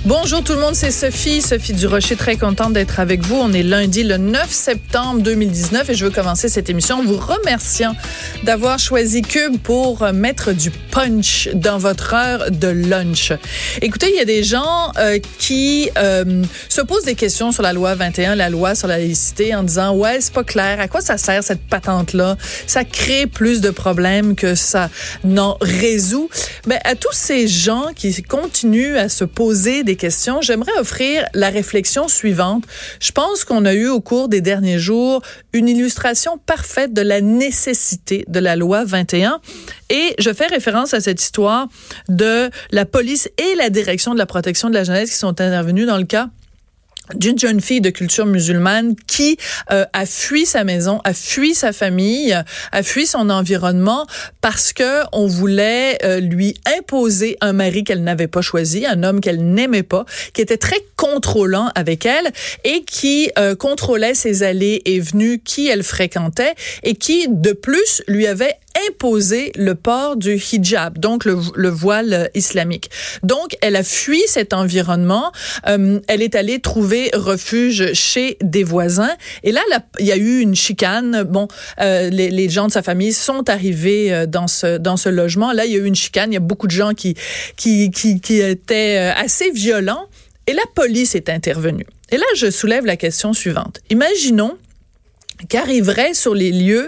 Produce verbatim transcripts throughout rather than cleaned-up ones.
Bonjour tout le monde, c'est Sophie, Sophie Durocher, très contente d'être avec vous. On est lundi le neuf septembre deux mille dix-neuf et je veux commencer cette émission en vous remerciant d'avoir choisi Cube pour mettre du punch dans votre heure de lunch. Écoutez, il y a des gens euh, qui euh, se posent des questions sur la loi vingt et un, la loi sur la laïcité, en disant « Ouais, c'est pas clair, à quoi ça sert cette patente-là? Ça crée plus de problèmes que ça n'en résout. » Ben, à tous ces gens qui continuent à se poser des questions, j'aimerais offrir la réflexion suivante. Je pense qu'on a eu au cours des derniers jours une illustration parfaite de la nécessité de la loi vingt et un. Et je fais référence à cette histoire de la police et la direction de la protection de la jeunesse qui sont intervenus dans le cas d'une jeune fille de culture musulmane qui euh, a fui sa maison, a fui sa famille, a fui son environnement parce que on voulait euh, lui imposer un mari qu'elle n'avait pas choisi, un homme qu'elle n'aimait pas, qui était très contrôlant avec elle et qui euh, contrôlait ses allées et venues, qui elle fréquentait et qui, de plus, lui avait imposer le port du hijab, donc le, le voile islamique. Donc, elle a fui cet environnement. Euh, elle est allée trouver refuge chez des voisins. Et là, il y a eu une chicane. Bon, euh, les, les gens de sa famille sont arrivés dans ce dans ce logement. Là, il y a eu une chicane. Il y a beaucoup de gens qui qui qui, qui étaient assez violents. Et la police est intervenue. Et là, je soulève la question suivante. Imaginons qu'arriverait sur les lieux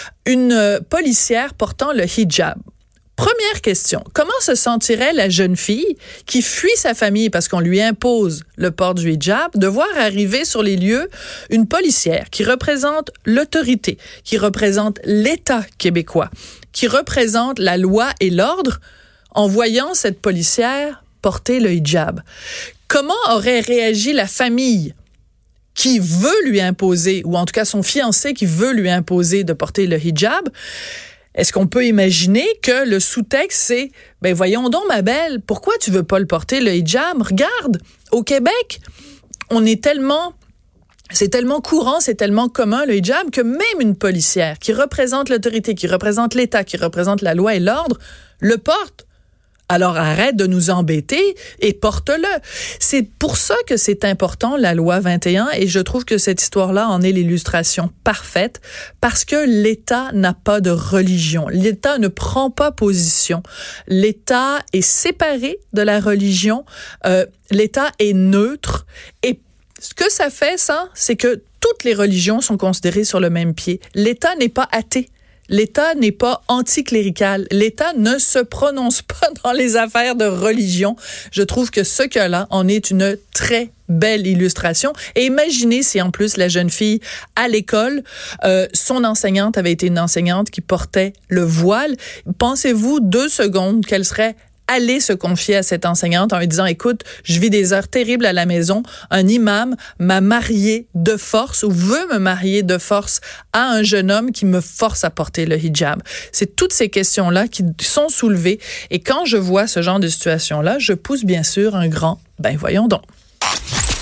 une policière portant le hijab. Première question, comment se sentirait la jeune fille qui fuit sa famille parce qu'on lui impose le port du hijab, de voir arriver sur les lieux une policière qui représente l'autorité, qui représente l'État québécois, qui représente la loi et l'ordre, en voyant cette policière porter le hijab? Comment aurait réagi la famille qui veut lui imposer, ou en tout cas son fiancé qui veut lui imposer de porter le hijab? Est-ce qu'on peut imaginer que le sous-texte, c'est « Ben voyons donc, ma belle, pourquoi tu veux pas le porter, le hijab? Regarde, au Québec, on est tellement... C'est tellement courant, c'est tellement commun, le hijab, que même une policière qui représente l'autorité, qui représente l'État, qui représente la loi et l'ordre, le porte. Alors arrête de nous embêter et porte-le. C'est pour ça que c'est important, la loi vingt et un, et je trouve que cette histoire-là en est l'illustration parfaite, parce que l'État n'a pas de religion. L'État ne prend pas position. L'État est séparé de la religion. Euh, L'État est neutre. Et ce que ça fait, ça, c'est que toutes les religions sont considérées sur le même pied. L'État n'est pas athée. L'État n'est pas anticlérical. L'État ne se prononce pas dans les affaires de religion. Je trouve que ce cas-là en est une très belle illustration. Et imaginez si en plus la jeune fille à l'école, euh, son enseignante avait été une enseignante qui portait le voile. Pensez-vous deux secondes qu'elle serait aller se confier à cette enseignante en lui disant « Écoute, je vis des heures terribles à la maison. Un imam m'a marié de force ou veut me marier de force à un jeune homme qui me force à porter le hijab. » C'est toutes ces questions-là qui sont soulevées. Et quand je vois ce genre de situation-là, je pousse bien sûr un grand « Ben voyons donc ».